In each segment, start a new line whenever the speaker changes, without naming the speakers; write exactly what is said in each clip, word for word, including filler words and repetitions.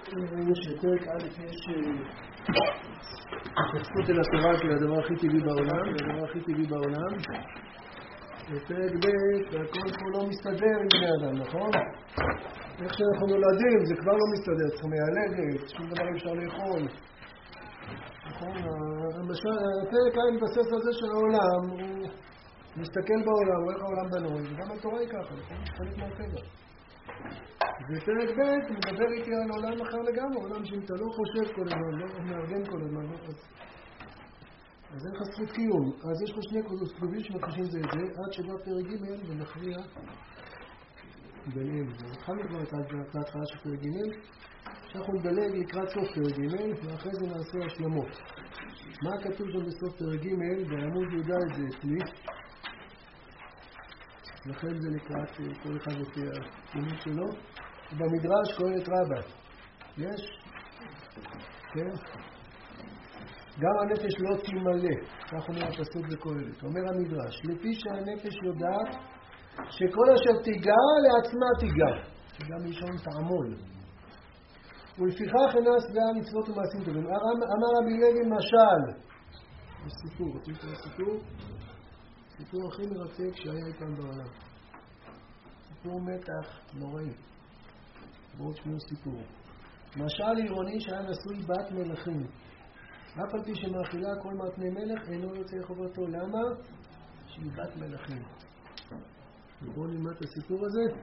יש פרק א', יש התייחסות אל התורה כהדבר הכי טבעי בעולם, הדבר הכי טבעי בעולם. בפרק ב' הכל פה לא מסתדר עם בני אדם, נכון? איך שאנחנו נולדים זה כבר לא מסתדר, צריכים מיילדת, שום דבר אפשר לאכול. נכון? למשל, הפרק א' מתבסס על זה של העולם, הוא מסתכל בעולם, הוא איך העולם בנוי, וגם התורה היא ככה, נכון? חלק מהטבע. ופרק ב' מדבר איתי על עולם אחר לגמרי, עולם שאם אתה לא חושב כל הזמן, לא מארגן כל הזמן, לא חושב. אז אין לך זכות קיום. אז יש פה שני קרובים שמפרישים זה את זה, עד שבא פרק ג' ונכריע ביניהם. התחלנו כבר את ההתחלה של פרק ג', שאנחנו נדלג לקראת סוף פרק ג', ואחרי זה נעשה השלמות. מה כתוב שם בסוף פרק ג'? בעמוד יהודה את זה אצלי. לכן זה לקראת כל אחד לפי התיאומים שלו. במדרש קהלת רבה. יש? כן? גם הנפש לא תמלא. כך אומר הפסוק בקהלת. אומר המדרש, לפי שהנפש יודעת שכל אשר תיגע לעצמה תיגע. שגם לישון תעמול. ולפיכך אינה שבעה מצוות ומעשים טובים. אמר רבי לוי משל. יש סיפור, רוצים את הסיפור? סיפור הכי מרתק שהיה איתם בעולם. סיפור מתח נוראי. בואו תשמעו סיפור. משל עירוני שהיה נשוי בת מלכים. אף על פי שמאכילה כל מתני מלך אינו יוצא חובתו. למה? שהיא בת מלכים. בואו נלמד את הסיפור הזה.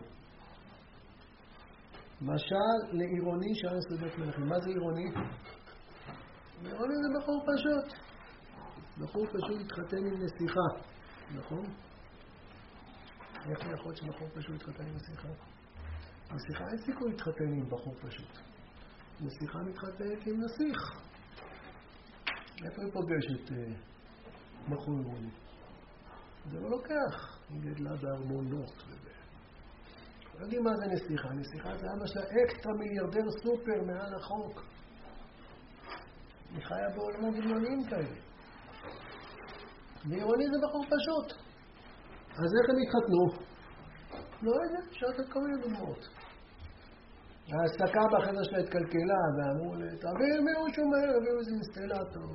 משל לעירוני שהיה נשוי בת מלכים. מה זה עירוני? עירוני זה בחור פשוט. בחור פשוט התחתן עם נסיכה. נכון? איך יכול להיות שבחור פשוט התחתן עם נסיכה? נסיכה אין סיכוי להתחתן עם בחור פשוט. נסיכה מתחתנת עם נסיך. איפה היא פוגשת אה, בחור עירוני? זה לא לוקח. היא גדלה בארמונות. לא יודעים מה זה נסיכה. נסיכה זה אבא שלה אקסטרה מיליארדר סופר מעל החוק. היא חיה בעולמות דמיוניים כאלה. ועירוני זה בחור פשוט. אז איך הם התחתנו? לא יודע, שאת את כל מיני דוגמאות. ההעסקה בחדר שלה התקלקלה, ואמרו לה, תעביר מישהו מהר, הביאו איזה אינסטלטור.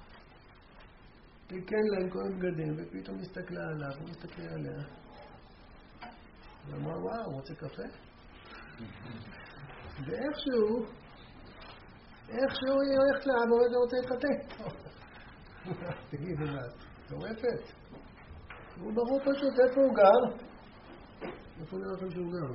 תיקן להם כל בגדים, ופתאום הסתכלה עליו, הוא מסתכל עליה. ואמר, וואו, הוא רוצה קפה? ואיכשהו, איכשהו היא הולכת לעבור את זה רוצה להתחתן. תגידי מה, תורפת. הוא בחור פשוט, איפה הוא גר? איפה נראה לכם שהוא גר?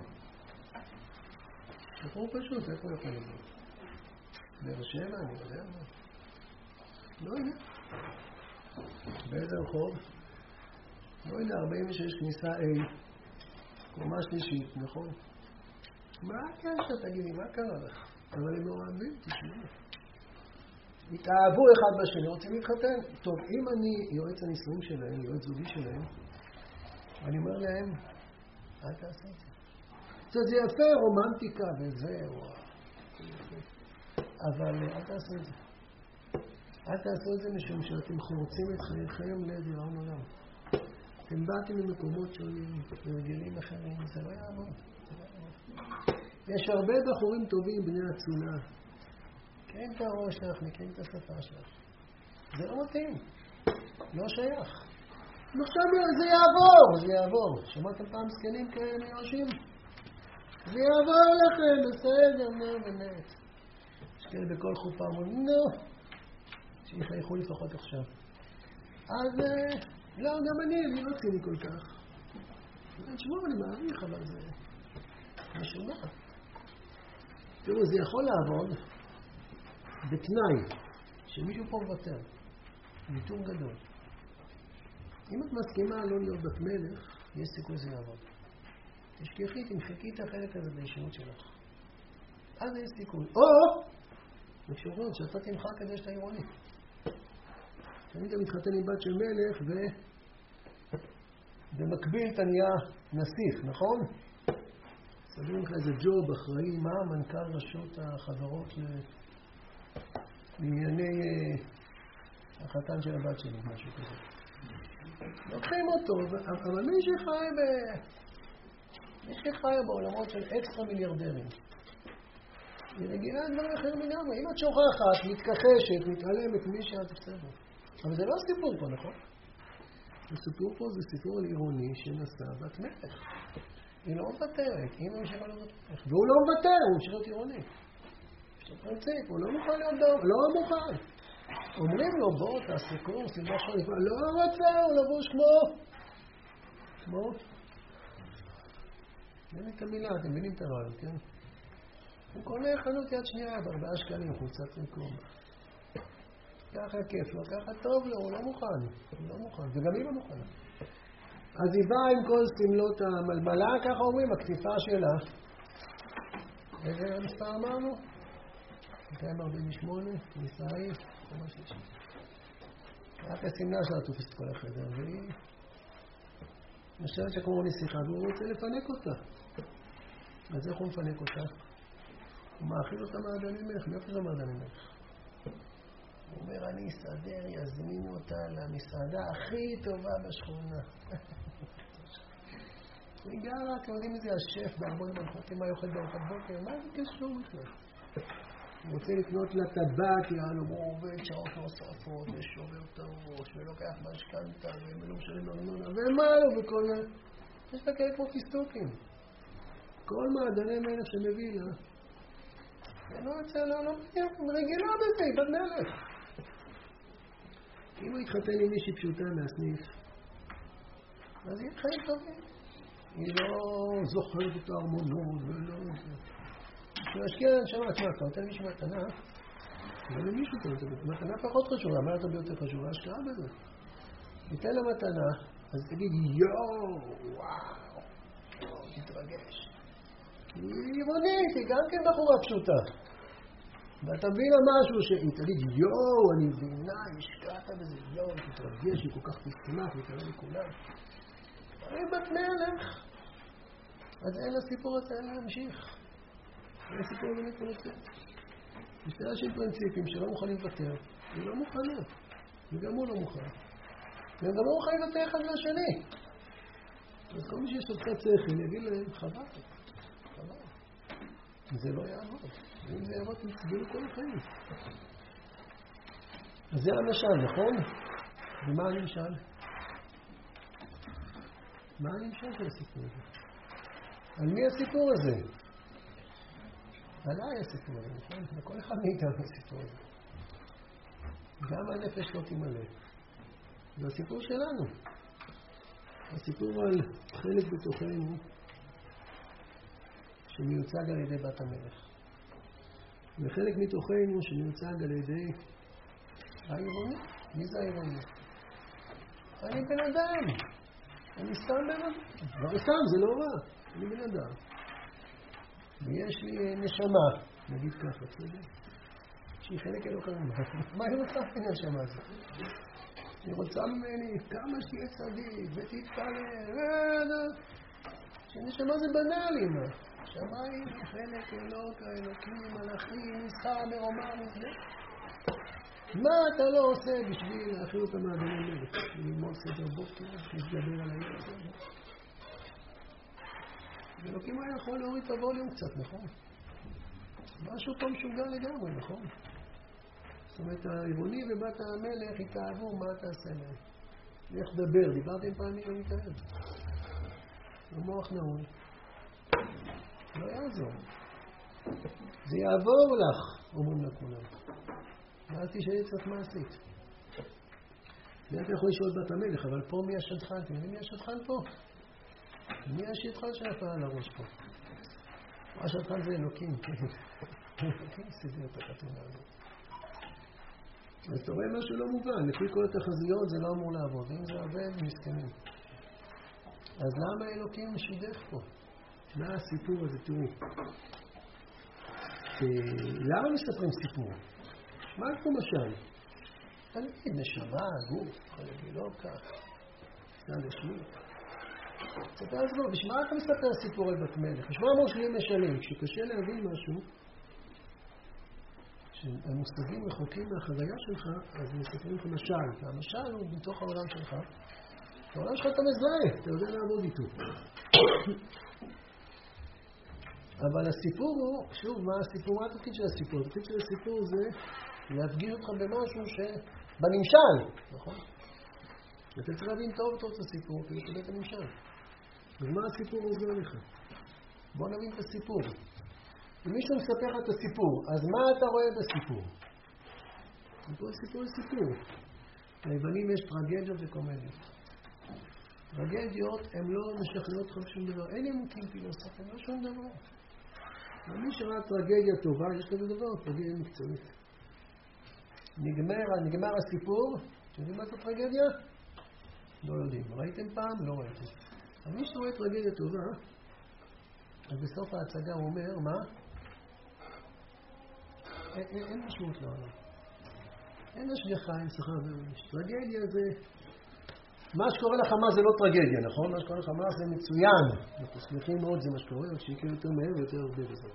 בחור פשוט, איפה הוא יכול לגור? באר שבע, אני יודע מה. לא יודע. באיזה רחוב? לא יודע, ארבעים ושש כניסה A. קומה שלישית, נכון? מה הקשר, תגידי, מה קרה לך? אבל הם אוהבים, תשמעו. התאהבו אחד בשני, רוצים להתחתן. טוב, אם אני יועץ הנישואים שלהם, יועץ זוגי שלהם, אני אומר להם, אל תעשה את זה. זה, זה יפה, רומנטיקה וזהו. אבל אל תעשו את זה. אל תעשו את זה משום שאתם חורצים את חייכם לדיראון עולם. אתם באתם ממקומות שונים, מרגלים אחרים, זה לא יעמוד. יש הרבה בחורים טובים בני הצונה. כן את הראש שלך, מכן את השפה שלך. זה לא מתאים. לא שייך. עכשיו זה יעבור, זה יעבור. שמעתם פעם סקנים כאלה מיואשים? זה יעבור לכם, בסדר, נו באמת. יש כאלה בכל חופה אומרים, נו, שיחייכו לפחות עכשיו. אז, לא, גם אני, אני לא ציני כל כך. תשמעו, אני מעריך, אבל זה משונה. תראו, זה יכול לעבוד בתנאי שמישהו פה מוותר. ויתור גדול. אם את מסכימה לא להיות בת מלך, יש סיכוי זה יעבוד. תשכחי, תמחקי את החלק הזה בישירות שלך. אז יש סיכוי. או, וכשאומרים שאתה תמחק כדי שאתה עירוני. כשאני גם מתחתן עם בת של מלך, ו... במקביל אתה נהיה נסיך, נכון? סביבים לך איזה ג'וב אחראי, מה מנכ"ל רשות החברות לענייני החתן של הבת שלי, משהו כזה. לוקחים אותו, אבל מי שחי ב... מי שחי בעולמות של אקסטרה מיליארדרים, היא רגילה דברים אחרים לגמרי. אם את שוכחת, מתכחשת, מתעלמת, מי שאת בסדר. אבל זה לא סיפור פה, נכון? הסיפור פה זה סיפור על עירוני שנסע בת מלך. היא לא מוותרת, היא ממשיכה לא מוותרת. והוא לא מוותר, הוא ממשיך להיות עירוני. יש לו פרינציפ, הוא לא מוכן להיות דור, לא מוכן. אומרים לו, בוא, תעשה קורס, אם משהו נקרא, לא רוצה, הוא לבוש כמו. כמו? אין לי את המילה, אתם מבינים את הרעיון, כן? הוא קונה חנות יד שנייה, בארבעה שקלים, חולצת מקום. ככה כיף לו, ככה טוב לו, הוא לא מוכן. הוא לא מוכן, וגם היא לא מוכנה. אז היא באה עם כל סמלות המלמלה, ככה אומרים, הכתיפה שלה. איזה המספר אמרנו? מאתיים ארבעים ושמונה, ניסאי, חומש שלישי. רק הסמלה שלה תופסת כל החדר, והיא משלת שכמו נסיכה, והוא רוצה לפנק אותה. אז איך הוא מפנק אותה? הוא מאכיל אותה מעדני מלך. מאיפה זה מעדני מלך? הוא אומר, אני אסדר, יזמין אותה למסעדה הכי טובה בשכונה. היא גרה, אתם יודעים איזה השף בארבון מלכות, מה יוכל בארוחת בוקר? מה זה קשור בכלל? הוא רוצה לקנות לה טבק, יענו, הוא עובד שעות נוספות, ושובר את הראש, ולוקח משכנתה, ולא משלם ארנונה, ומה לו וכל זה. יש לה כאלה כמו פיסטוקים. כל מעדני מלך שמביא לה, זה לא יוצא לה, לא מגיע, רגילה בזה, היא בת מלך. אם הוא יתחתן עם מישהי פשוטה מהסניף, אז יהיה חיים טובים. היא לא זוכרת את הארמונות ולא... כשמשקיע לנשמה, תשמע, אתה נותן מישהו מתנה, אבל למישהו אתה נותן מתנה פחות חשובה, מה אתה ביותר חשובה? השקעה בזה. ניתן לה מתנה, אז תגיד, יואו, וואו, תתרגש. היא עירונית, היא גם כן בחורה פשוטה. ואתה מבין לה משהו שהיא תגיד, יואו, אני מבינה, השקעת בזה, יואו, תתרגש, היא כל כך תשמח, היא תראה לכולם. היא בת מלך. אז אין לסיפור הזה, אין להמשיך. אין לסיפור הזה להתפלצת. יש תראה של פרינציפים שלא מוכנים לוותר. היא לא מוכנה. וגם הוא לא מוכן. והם גם לא מוכנים לוותר אחד מהשני. אז כל מי שיש לו קצת שכל, יגיד להם, חבל. חבל. זה לא יעבוד. ואם זה יעבוד, הם יצביעו כל החיים. אז זה המשל, נכון? ומה הנמשל? מה הנמשל של הסיפור הזה? על מי הסיפור הזה? עליי הסיפור הזה, נכון? לכל אחד מאיתנו הסיפור הזה. גם הנפש לא תמלא. זה הסיפור שלנו. הסיפור על חלק בתוכנו שמיוצג על ידי בת המלך. וחלק מתוכנו שמיוצג על ידי העירוני. מי זה העירוני? אני בן אדם. אני סתם בן אדם. כבר סתם, זה לא רע. אני בן אדם. ויש לי נשמה. נגיד ככה, בסדר? שהיא חלק אלוקרים. מה היא רוצה ממני הנשמה הזאת? היא רוצה ממני כמה שתהיה צדיק ותתפלל. שנשמה זה בנאלי, מה? שמיים, חלק אלוק, האלוקים, מלאכים, נסחר, מרומר, מזה. מה אתה לא עושה בשביל להכיל אותה מעדני מלך? ללמוד סדר בוקר, להתגבר על העיר הזה. אלוקים היה יכול להוריד את הווליום קצת, נכון? משהו פה משוגע לגמרי, נכון? זאת אומרת, העירוני ובת המלך התאהבו, מה אתה עושה להם? איך דבר? דיברתי עם פעמים לא מתאהב. המוח נעול. לא יעזור. זה יעבור לך, אומרים לכולם. ואז תשאלי קצת מה עשית. ואתה יכול לשאול בת המלך, אבל פה מי השדכן? אתם יודעים מי השדכן פה? מי השדכן שנפל על הראש פה? השדכן זה אלוקים, כן. אלוקים סידר את החתונה הזאת. אז אתה רואה משהו לא מובן. לפי כל התחזיות זה לא אמור לעבוד. אם זה עובד, מסכנים. אז למה אלוקים משודך פה? מה הסיפור הזה? תראו. למה מספרים סיפור? מה כמו משל? תגיד, נשמה, גוף, יכול להגיד לא כך. סתם לשמי. תספר אז לא, בשביל מה אתה מספר סיפור על בת מלך? בשביל מה מושלים משלים? כשקשה להבין משהו, שהמושגים רחוקים מהחוויה שלך, אז מספרים לך משל. והמשל הוא בתוך העולם שלך. העולם שלך אתה מזהה, אתה יודע לעבוד איתו. אבל הסיפור הוא, שוב, מה הסיפור? מה התפקיד של הסיפור? התפקיד של הסיפור זה להפגיש אותך במשהו שבנמשל, נכון? אתה צריך להבין טוב טוב את הסיפור, כדי לקבל את הנמשל. ומה הסיפור עוזר לך? בוא נבין את הסיפור. אם מישהו מספר לך את הסיפור, אז מה אתה רואה בסיפור? פה סיפור זה סיפור. ליוונים יש טרגדיות וקומדיות. טרגדיות הן לא משכנעות לך שום דבר. אין עמוקים פילוסופיים, לא שום דבר. ומי שראה טרגדיה טובה, יש כזה דבר, טרגדיה מקצועית. נגמר, נגמר הסיפור, אתם יודעים מה זאת טרגדיה? לא יודעים. ראיתם פעם? לא ראיתם. אבל מי שרואה טרגדיה טובה, אז בסוף ההצגה הוא אומר, מה? אין, אין משמעות לעולם. אין השגחה, אין שכר ומש. טרגדיה זה... מה שקורה לחמה זה לא טרגדיה, נכון? מה שקורה לחמה זה מצוין. אנחנו שמחים מאוד, זה מה שקורה, אבל שיקרה יותר מהר ויותר הרבה בזה.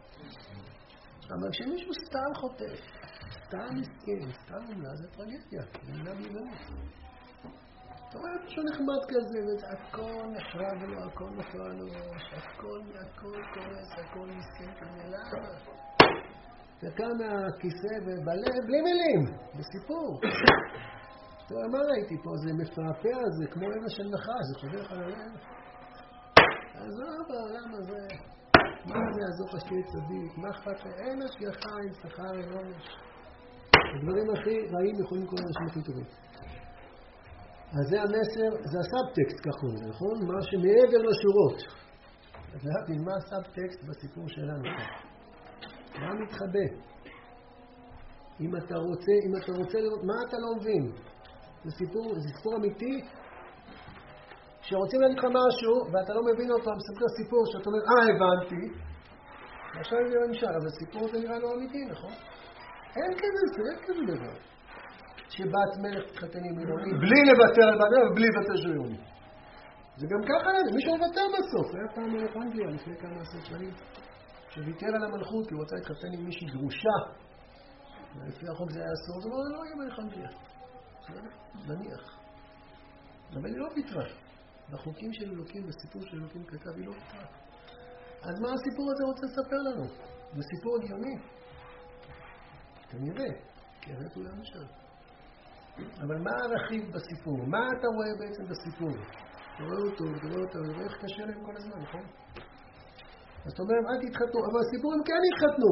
אבל כשמישהו סתם חוטף, סתם מסכן, סתם עמלה, זה טרגדיה. זה מילה ביוונית. אתה רואה משהו נחמד כזה, וזה הכל נחרב לו, הכל נפל לו, הכל, הכל קורס, הכל מסכן כזה, למה? וקם מהכיסא ובלב, בלי מילים, בסיפור. אתה רואה, מה ראיתי פה? זה מפעפע, זה כמו אבן של נחש, זה חודר לך ללב. עזוב בעולם הזה, מה זה יעזור לך שתהיה צדיק? מה אכפת לך? אין השגחה, אין שכר, אין עונש. הדברים הכי רעים יכולים לקרוא לאנשים הכי טובים. אז זה המסר, זה הסאבטקסט ככה הוא, נכון? מה שמעבר לשורות. אז להבין מה הסאבטקסט בסיפור שלנו כאן. מה מתחבא? אם אתה רוצה, אם אתה רוצה לראות, מה אתה לא מבין? זה סיפור, זה סיפור אמיתי, שרוצים להגיד לך משהו, ואתה לא מבין אותו, מספר סיפור שאתה אומר, אה, הבנתי, עכשיו זה לא נשאר, אבל הסיפור זה נראה לא אמיתי, נכון? אין כזה, אין כזה דבר. שבת מלך תתחתן עם עירוני, בלי לוותר על בעיה ובלי לוותר של עירוני. זה גם ככה, מישהו לוותר בסוף. היה פעם מלך אנגליה לפני כמה עשרות שנים, שוויתר על המלכות, כי הוא רצה להתחתן עם מישהי גרושה. ולפי החוק זה היה אסור, אז הוא אמר, לא יהיה מלך אנגליה. נניח. אבל היא לא ויתרה. בחוקים של אלוקים, בסיפור של אלוקים כתב, היא לא ויתרה. אז מה הסיפור הזה רוצה לספר לנו? זה סיפור הגיוני. כנראה, כי הרי כולם שם. אבל מה הרכיב בסיפור? מה אתה רואה בעצם בסיפור? אתה רואה אותו, אתה רואה אותו, אתה רואה איך קשה להם כל הזמן, נכון? אז אתה אומר, אל תתחתנו, אבל הסיפור הם כן יתחתנו.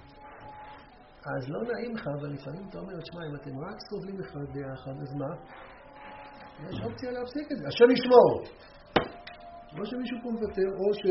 אז לא נעים לך, אבל לפעמים אתה אומר, תשמע, אם אתם רק סובלים אחד ביחד, אז מה? יש אופציה להפסיק את זה. השם ישמור. או שמישהו פה מוותר, או ש...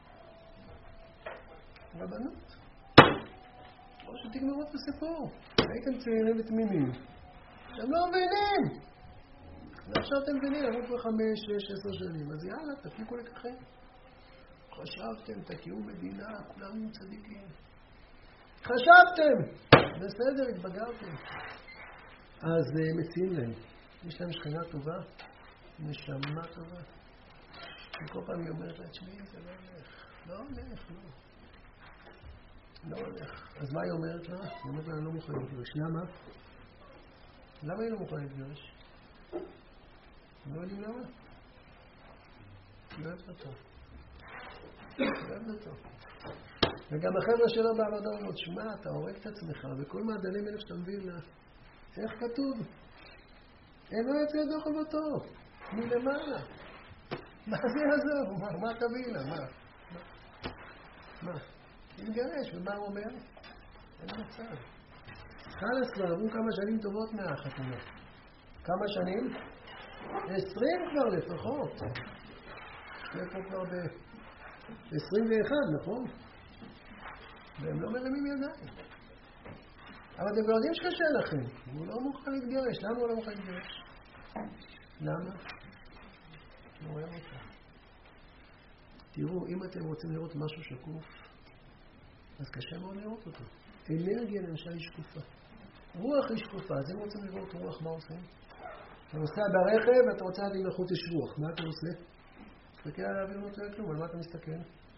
רבנות. או שתגמרו את הסיפור. הייתם צעירים ותמימים. אתם לא מבינים. ועכשיו אתם מבינים, עברו כבר חמש, שש, עשר שנים. אז יאללה, תפיקו לקחים. חשבתם, תקיעו מדינה, כולם צדיקים. חשבתם! בסדר, התבגרתם. אז מציעים להם. יש להם שכנה טובה, נשמה טובה. וכל פעם היא אומרת לה, תשמעי, זה לא הולך. לא הולך, לא. לא הולך. אז מה היא אומרת לה? היא אומרת לה, אני לא מוכנה להתגרש. למה? למה היא לא מוכנה להתגרש? לא יודעים למה? היא אוהבת אותו. היא אוהבת אותו. וגם החבר'ה שלו בעבודה אומרת, שמע, אתה הורג את עצמך, וכל מעדני מלך שאתה מביא לה, איך כתוב? הם לא יוצא ידו חובתו, מלמעלה. מה זה יעזור? מה, מה תביא לה? מה? מה? תתגרש, ומה הוא אומר? אין מצב. חלס כבר, עברו כמה שנים טובות מהחתונה. כמה שנים? עשרים כבר לפחות. איפה כבר ב-עשרים ואחת, נכון? והם לא מרמים ידיים. אבל אתם לא יודעים שקשה לכם. הוא לא מוכן להתגרש. למה הוא לא מוכן להתגרש? למה? לא רואה אותה. תראו, אם אתם רוצים לראות משהו שקוף, אז קשה מאוד לראות אותו. אנרגיה למשל היא שקופה. רוח היא שקופה. אז אם רוצים לראות רוח, מה עושים? אתה נוסע ברכב ואתה רוצה להבין לחוץ יש רוח. מה אתה עושה? תסתכל על האוויר, לא תראה כלום. על מה אתה מסתכל?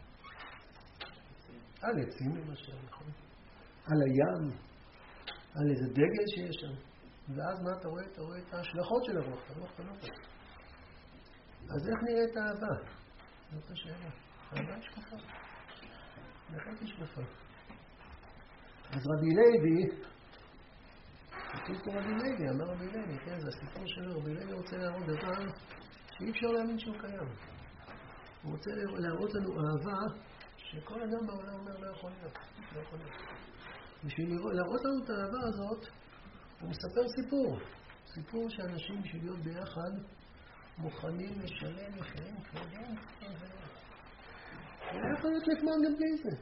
על עצים למשל, נכון? על הים. על איזה דגל שיש שם. ואז מה אתה רואה? אתה רואה את ההשלכות של הרוח. הרוח אתה לא רואה. אז איך נראית האהבה? זאת השאלה. האהבה היא שקופה. נחת שקופה. אז רבי לוי, כתוב פה רבי לוי, אמר רבי לוי, כן, זה הסיפור שלו, רבי לוי רוצה להראות דבר שאי אפשר להאמין שהוא קיים. הוא רוצה להראות לנו אהבה שכל אדם בעולם אומר לא יכול להיות, לא יכול להיות. בשביל להראות לנו את האהבה הזאת, הוא מספר סיפור. סיפור שאנשים בשביל להיות ביחד מוכנים לשלם מחירים כבדים. לא יכול להיות לפמן גם בלי זה.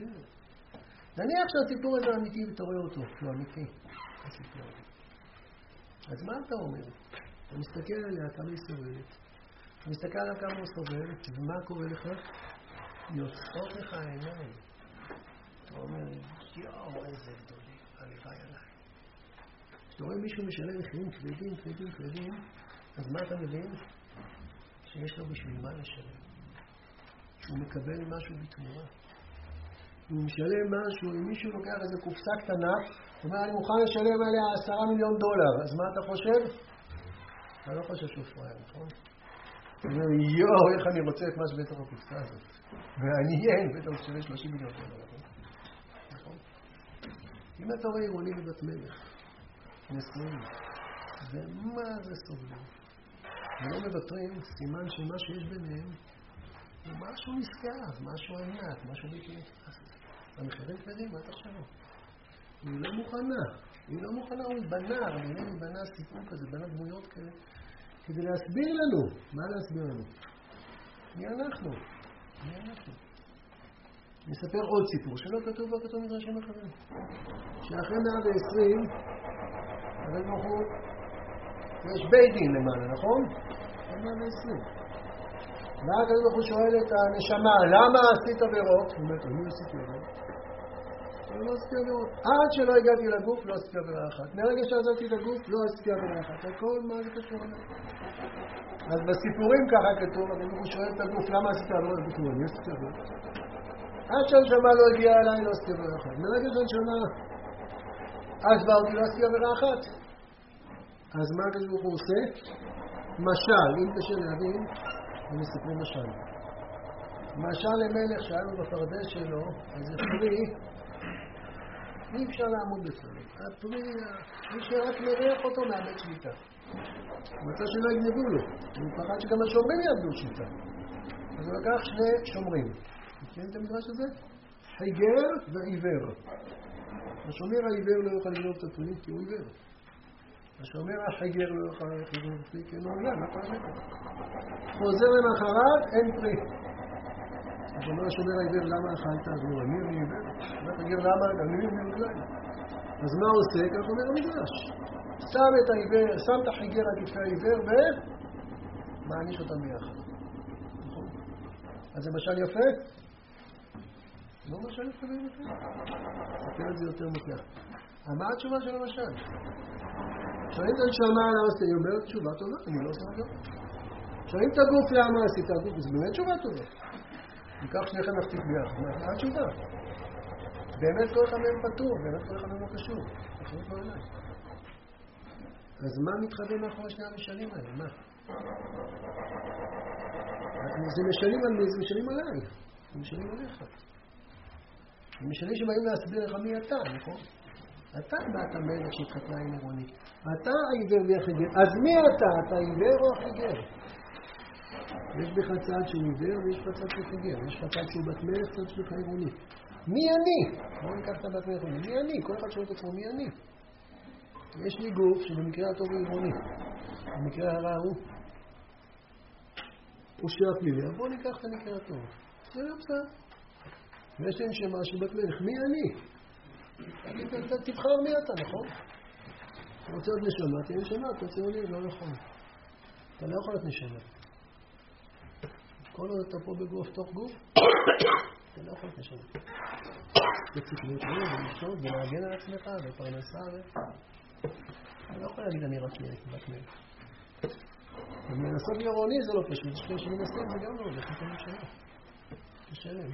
נניח שהסיפור הזה אמיתי ואתה רואה אותו, הוא אמיתי. הסיפור הזה. אז מה אתה אומר? אתה מסתכל עליה כמה היא סובלת. אתה מסתכל עליה כמה הוא סובל, ומה קורה לך? יוצאות לך העיניים. אתה אומר, יואו, איזה גדולים, הלוואי עליי. כשאתה רואה מישהו משלם מחירים כבדים, כבדים, כבדים, אז מה אתה מבין? שיש לו בשביל מה לשלם. שהוא מקבל משהו בתמורה. הוא משלם משהו, אם מישהו לוקח איזו קופסה קטנה, הוא אומר, אני מוכן לשלם עליה עשרה מיליון דולר, אז מה אתה חושב? אתה לא חושב שהוא פראייר, נכון? הוא אומר, יואו, איך אני רוצה את מה שבתוך הקופסה הזאת. מעניין, בטח שווה שלושים מיליון דולר, נכון? אם אתה רואה עירוני בבת מלך, נשואים, ומה זה סובלים? ולא מבטרים, סימן שמה שיש ביניהם, הוא משהו נזכר, משהו ענק, משהו בלתי נתפס. המחירים כבדים, מה תחשבו? היא לא מוכנה, היא לא מוכנה, הוא בנה, הוא בנה סיפור כזה, בנה דמויות כאלה, כדי להסביר לנו. מה להסביר לנו? מי אנחנו? מי אנחנו? נספר עוד סיפור, שלא כתוב לא כתוב מדרשים אחרים. שאחרי מאה ועשרים, אבל ברוך יש בית דין למעלה, נכון? אחרי מאה ועשרים. ואז ברוך הוא שואל את הנשמה, למה עשית עבירות? הוא אומר, אני עשיתי עבירות. אני לא עשיתי עבירות. עד שלא הגעתי לגוף, לא עשיתי עבירה אחת. מהרגע שעזבתי את הגוף, לא עשיתי עבירה אחת. הכל מה זה קשור עליו. אז בסיפורים ככה כתוב, אבל הוא שואל את הגוף, למה עשית עבירות? הוא אומר, אני עשיתי עבירות. עד שהנשמה לא הגיעה אליי, לא עשיתי עבירה אחת. מהרגע שהנשמה עזבה אותי, לא עשיתי עבירה אחת. אז מה כתוב הוא עושה? משל, אם קשה להבין, הם מספרים משל. משל למלך שהיה לו בפרדס שלו, אז זה פרי, אי אפשר לעמוד בפרי. הפרי, מי שרק מריח אותו מאבד שליטה. הוא מצא שלא יגנבו לו. הוא פחד שגם השומרים יאבדו שליטה. אז הוא לקח שני שומרים. מכירים את המדרש הזה? חיגר ועיוור. השומר העיוור לא יוכל לגנוב את הפרי כי הוא עיוור. השומר החיגר לא יוכל לגנוב את הפרי כי הוא מעוניין, מה קורה לך? חוזר למחרת, אין פרי. אז אומר השומר העיוור, למה אכלת? אז הוא אומר, אני אני עיוור. אומר החיגר, למה? אני אני עיוור. אז מה הוא עושה? כך אומר המדרש. שם את העיוור, שם את החיגר על כתפי העיוור ומעניש אותם ביחד. נכון? אז זה משל יפה? לא משל יפה ביותר. ספר את זה יותר מוכר. מה התשובה של המשל? שואלים את הנשמה למה עושה, היא אומרת תשובה טובה, אני לא עושה דבר. שואלים את הגוף למה עשית הגוף, זה באמת תשובה טובה. ניקח שניכם נחתיק ביחד, מה התשובה? באמת כל אחד מהם פתור, באמת כל אחד מהם לא קשור. תחזור פה אליי. אז מה מתחבא מאחורי שני המשלים האלה? מה? זה משלים על מי? זה משלים עליי. זה משלים עליך. זה משלים שבאים להסביר לך מי אתה, נכון? אתה באת מלך שהתחתנה עם עירוני. אתה העיוור והחיגר. אז מי אתה? אתה העיוור או החיגר? יש בך צד שהוא עיוור ויש בך צד שהוא חיגר. יש בך צד שהוא בת מלך, צד שהוא עירוני. מי אני? בואו ניקח את הבת מלך. מי אני? כל אחד שואל את עצמו מי אני? יש לי גוף שבמקרה הטוב הוא עירוני. במקרה הרע הוא הוא שעה פלילי. אבל בואו ניקח את המקרה הטוב. זה לא בסדר. ויש לי נשמה שבת מלך. מי אני? אתה תבחר מי אתה, נכון? אתה רוצה עוד נשמה, תהיה נשמה, אתה רוצה עוד לא נכון. אתה לא יכול להיות נשמה. כל עוד אתה פה בגוף, תוך גוף, אתה לא יכול להיות נשמה. אתה צריך להיות לי ולשתות ולהגן על עצמך ופרנסה ו... אתה לא יכול להגיד אני רק בת מלך. ומנסות לעירוני זה לא פשוט, יש כאלה שמנסים זה גם לא הולך, אתה נשמה. קשה להם.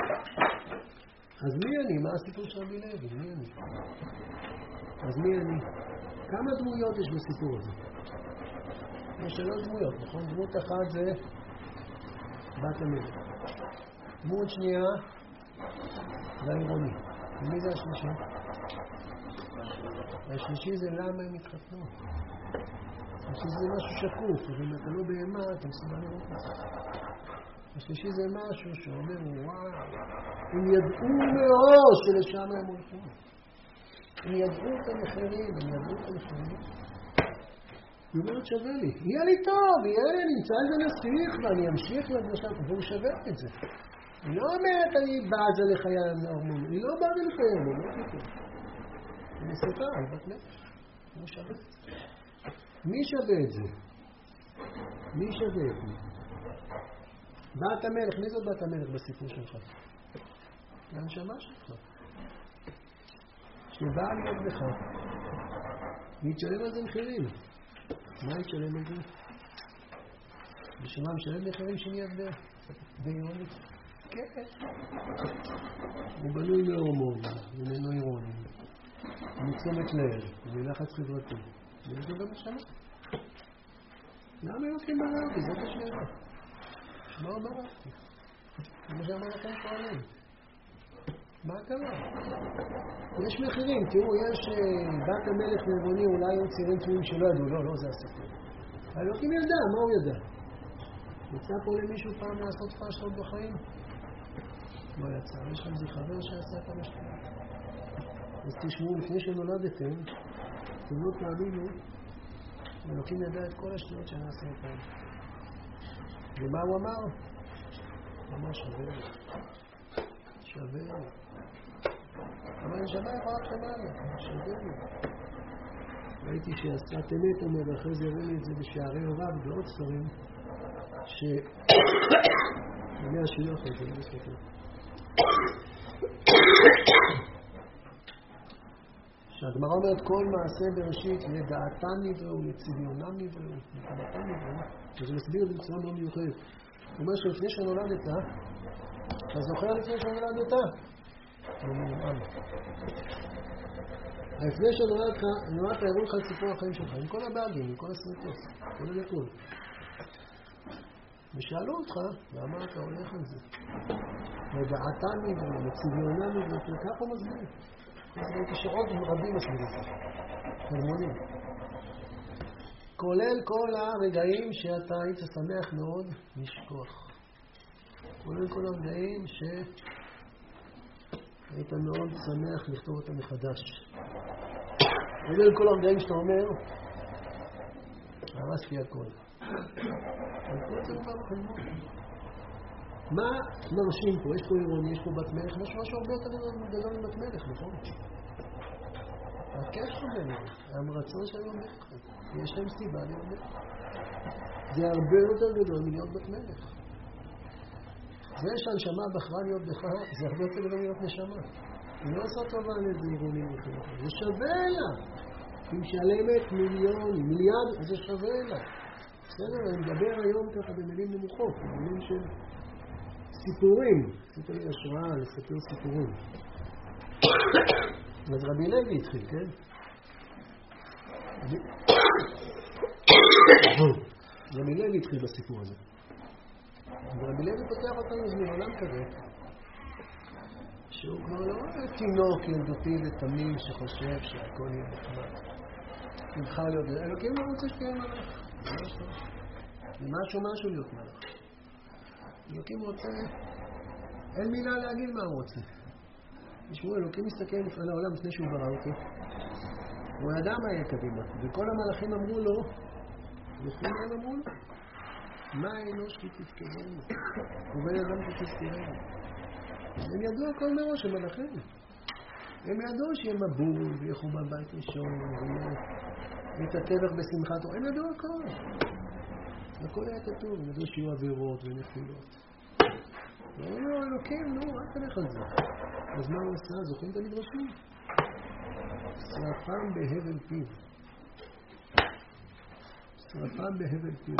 אז מי אני? מה הסיפור של רבי לוי? מי אני? אז מי אני? כמה דמויות יש בסיפור הזה? יש שלוש דמויות, נכון? דמות אחת זה בת המלך. דמות שנייה זה העירוני. ומי זה השלישי? השלישי זה למה הם התחתנו. השלישי זה משהו שקוף, אבל אם אתה לא בהמה, אתה מסוגל לראות את זה. השלישי זה משהו שאומר, וואו, הם ידעו מאוד שלשם הם הולכים. הם ידעו את המחירים, הם ידעו את המחירים. היא אומרת שווה לי, יהיה לי טוב, יהיה לי, נמצא איזה נסיך ואני אמשיך לבשם, והוא שווה את זה. היא לא אומרת, אני בזה לחיי ההורמון, היא לא בזה לחיי ההורמון, לא פתאום. היא מסתכל על בת נפש, הוא שווה את זה. מי שווה את זה? מי שווה את זה? בת המלך, מי זאת בת המלך בסיפור שלך? להנשמה שלך. שבאה להיות בך. היא תשלם על זה מחירים. מה היא תשלם על זה? בשמה משלם מחירים שנהיית בעירונית. כן. הוא בנוי מהורמון, ומנוירונים. מצומת לב, ומלחץ חברתי. ויש לו גם משנה. למה יוצאים ברבי? זאת השאלה. מה אומר רבי? כמו שאמר לכם שואלים. מה קרה? יש מחירים, תראו, יש בת המלך ועירוני, אולי היו צירים תמויים שלא ידעו, לא, לא זה הסיפור. האלוקים ידע, מה הוא ידע? יצא פה למישהו פעם לעשות פשטות בחיים? לא יצא, יש לכם זה חבר שעשה את המשתנה. אז תשמעו, לפני שנולדתם, אתם לא תאמינו, האלוקים ידע את כל השטויות שנעשה אותם. ומה הוא אמר? הוא אמר שווה לי. שווה לי. אבל נשמה יכולה למעלה, שווה לי. ראיתי שעשת אמת אומר, ואחרי זה הראו לי את זה בשערי רב ועוד ספרים, ש... אני השילוח הזה, לא מסתכל. שהגמרא אומרת כל מעשה בראשית לדעתם נבראו, לצביונם נבראו, לקמתם נבראו, וזה מסביר את זה בצורה מאוד מיוחדת. הוא אומר שלפני שנולדת, אתה זוכר לפני שנולדת? לא מנועם. לפני שנולדת, נולדת הראו לך את סיפור החיים שלך, עם כל הבאגים, עם כל הסרטוס, כל הלכול. ושאלו אותך, למה אתה הולך על זה? לדעתם נבראו, לצביונם נבראו, ככה הוא מסביר. אז ראיתי שעוד רבים מסבירים את זה. הרמונים. כולל כל הרגעים שאתה היית שמח מאוד לשכוח. כולל כל הרגעים שהיית מאוד שמח לכתוב אותם מחדש. כולל כל הרגעים שאתה אומר, הרסתי הכל. אבל כל זה דבר בחלמון. מה מרשים פה? יש פה עירוני, יש פה בת מלך, משהו משהו הרבה יותר גדול מבת מלך, נכון? הקשר ביניהם, המרצון של המלך, יש להם סיבה להיות מלך. זה הרבה יותר גדול מלהיות בת מלך. זה שהנשמה בחרה להיות בך, זה הרבה יותר גדול להיות נשמה. היא לא עושה טובה לאיזה עירוני מבחינת. זה שווה לה. היא משלמת מיליונים, מיליארד, זה שווה לה. בסדר, אני מדבר היום ככה במילים נמוכות, במילים של סיפורים. סיפור לי השראה לספר סיפורים. אז רבי לוי התחיל, כן? רבי לוי התחיל בסיפור הזה. ורבי לוי פותח אותנו זמן עולם כזה, שהוא כבר לא תינוק ילדותי ותמים שחושב שהכל יהיה נחמד. נבחר להיות, אלוקים לא רוצה שתהיה מלך. זה משהו משהו להיות מלך. אלוקים רוצה, אין מילה להגיד מה הוא רוצה. תשמעו, אלוקים מסתכל לפני העולם לפני שהוא ברא אותו. הוא ידע מה יהיה קדימה. וכל המלאכים אמרו לו, לפני הם אמרו לו, מה האנוש כי תזכרנו? ובן אדם כי תזכרנו. הם ידעו הכל מראש, הם מלאכים. הם ידעו שיהיה מבול, ויהיה חורבן בית ראשון, ויהיה את הטבח בשמחת, הם ידעו הכל. הכל היה כתוב, הם ידעו שיהיו עבירות ונפילות. ואומרו, אלוקים, נו, אל תלך על זה. אז מה הוא עשה? זוכרים את המדרשים? שרפם בהבל פיו. שרפם בהבל פיו.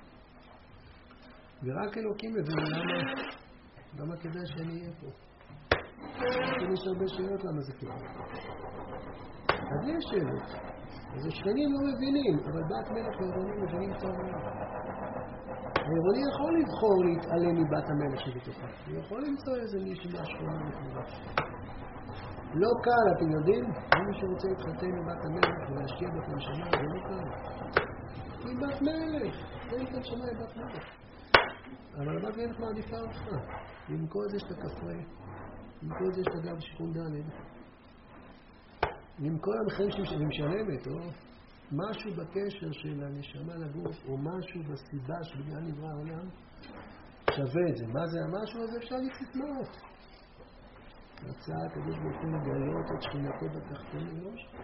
ורק אלוקים מבין למה, למה כדאי שאני אהיה פה. יש הרבה שאלות למה זה כדאי. אז יש שאלות. אז השכנים לא מבינים, אבל בת מלך ועירוני מבינים טוב מאוד. העירוני יכול לבחור להתעלם מבת המלך שבתוכה. הוא יכול למצוא איזה מישהו מהשכונה וכו'. לא קל, אתם יודעים? מי שרוצה להתחתן מבת המלך ולהשקיע בת הנשמה, זה לא קל. היא בת מלך, אין בת נשמה, היא בת מלך. אבל הבת מלך מעדיפה אותך. עם כל זה שאתה כפרי, עם כל זה שאתה גב שיכון ד', עם כל המחירים שהיא משלמת, או משהו בקשר של הנשמה לגוף, או משהו בסיבה שבגלל נברא העולם, שווה את זה. מה זה המשהו הזה? אפשר להתסמאות. רצה הקדוש ברוך הוא לגלות את שכינתו בתחתונים, לא משהו.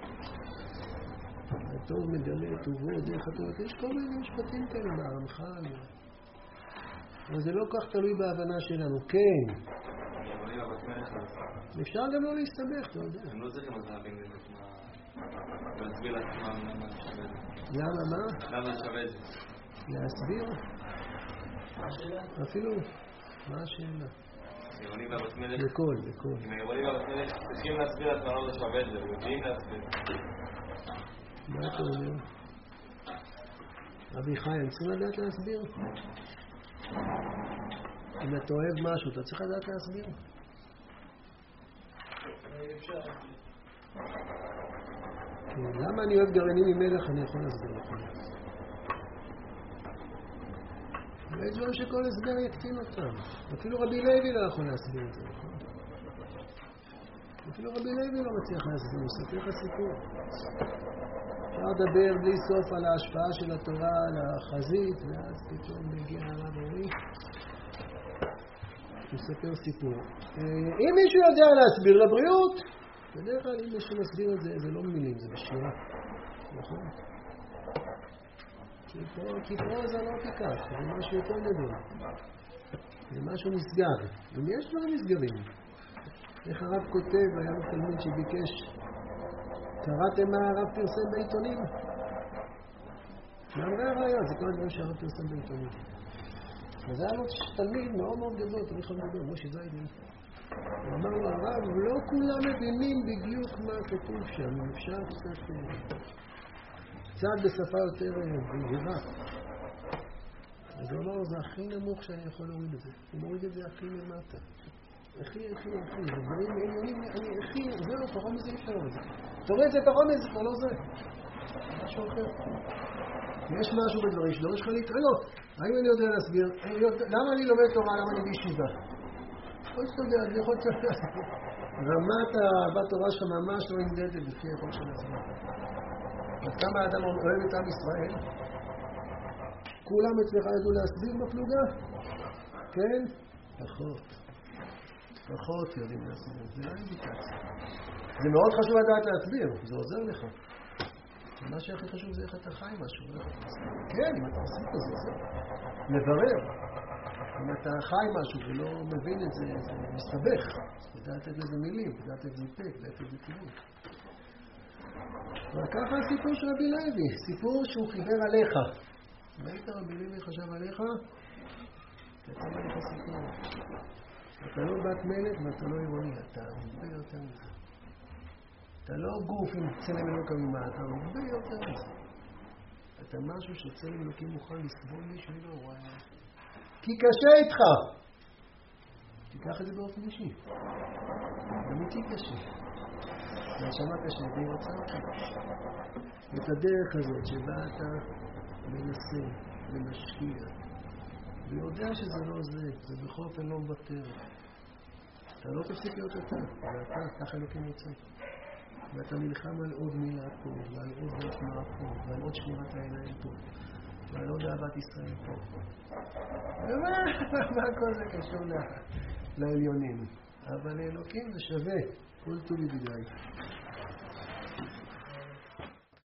הטוב מגלה טובו דרך הטוב. יש כל מיני משפטים כאלה מהרמח"ל. אבל זה לא כך תלוי בהבנה שלנו. כן. אפשר גם לא להסתבך, אתה יודע.
הם לא צריכים אז להבין להסביר לעצמם למה זה שווה את זה.
למה, מה?
למה זה שווה את זה?
להסביר? אפילו, מה השאלה?
העירוני והבת מלך...
בכל, בכל.
אם העירוני והבת מלך צריכים להסביר לעצמם למה זה שווה את זה, ויודעים להסביר.
מה אתה אומר? רבי חיים, צריכים לדעת להסביר? אם אתה אוהב משהו, אתה צריך לדעת להסביר? למה אני אוהב גרעינים ממלך? אני יכול להסביר לכם. ויש דברים שכל הסבר יקטין אותם. אפילו רבי לוי לא יכול להסביר את זה, נכון? אפילו רבי לוי לא מצליח להסביר, הוא ספר לך סיפור. אפשר לדבר בלי סוף על ההשפעה של התורה על החזית, ואז פתאום מגיע הרב אורי, הוא ספר סיפור. אם מישהו יודע להסביר לבריאות, בדרך כלל אם מישהו מסביר את זה, זה לא מילים, זה בשירה. נכון? כי פה זה לא תיקח, זה משהו יותר גדול. זה משהו נסגר. אם יש דברים נסגרים. איך הרב כותב, היה לו תלמיד שביקש, קראתם מה הרב פרסם בעיתונים? מאמרי הרעיון, זה כל הדברים שהרב פרסם בעיתונים. אז היה לו תלמיד מאוד מאוד גדול, תלמיד חד גדול, משה זיידין. הוא אמר לו, הרב, לא כולם מבינים בדיוק מה כתוב שם, אפשר קצת... קצת בשפה יותר בהירה. אז הוא אמר, זה הכי נמוך שאני יכול להוריד את זה. הוא מוריד את זה הכי למטה. הכי, הכי, הכי. זה דברים עליונים, אני הכי, זהו, פחות מזה אי אפשר להוריד את זה. תוריד את זה, פחות מזה, כבר לא זה. משהו אחר. יש משהו בדברים שלא, יש לך להתעלות. האם אני יודע להסביר? למה אני לומד תורה, למה אני בישיבה? עוד שאתה יודע, אני יכול לצלח. רמת הבת תורה שלך ממש לא נמדדת לפי הכל של הזמן. אז כמה האדם אוהב את עם ישראל? כולם אצלך ידעו להסביר בפלוגה? כן? פחות. פחות יודעים להסביר. זה לא אינדיקציה. זה מאוד חשוב לדעת להסביר, זה עוזר לך. מה שהכי חשוב זה איך אתה חי משהו. כן, אם אתה עושה את זה, זה לברר. אם אתה חי משהו ולא מבין את זה, זה מסתבך. לדעת את זה מילים, לדעת את זה פה, לדעת את זה כיוון. וככה הסיפור של רבי לוי, סיפור שהוא חיבר עליך. ראית רבי לוי חשב עליך? יצא עליך סיפור. אתה לא בת מלך ואתה לא עירוני, אתה הרבה יותר מזה. אתה לא גוף עם צלם אלוקם ממעט, אתה הרבה יותר מזה. אתה משהו שצלם אלוקים מוכן לסבול מישהו לא רואה. כי קשה איתך. תיקח את זה באופן אישי. גם איתי קשה. והשמה קשה, והיא רוצה אותך. את הדרך הזאת שבה אתה מנסה ומשקיע ויודע שזה לא זה, זה בכל אופן לא מוותר. אתה לא תפסיק להיות אתה, ואתה, ככה אלוקים יוצא. ואתה נלחם על עוד מילה פה, ועל עוד דרכמה פה, ועל עוד שמירת העיניים פה, ועל עוד אהבת ישראל פה. ומה, מה כל זה קשור לעליונים? אבל לאלוקים זה שווה, כל טוב ידידיי.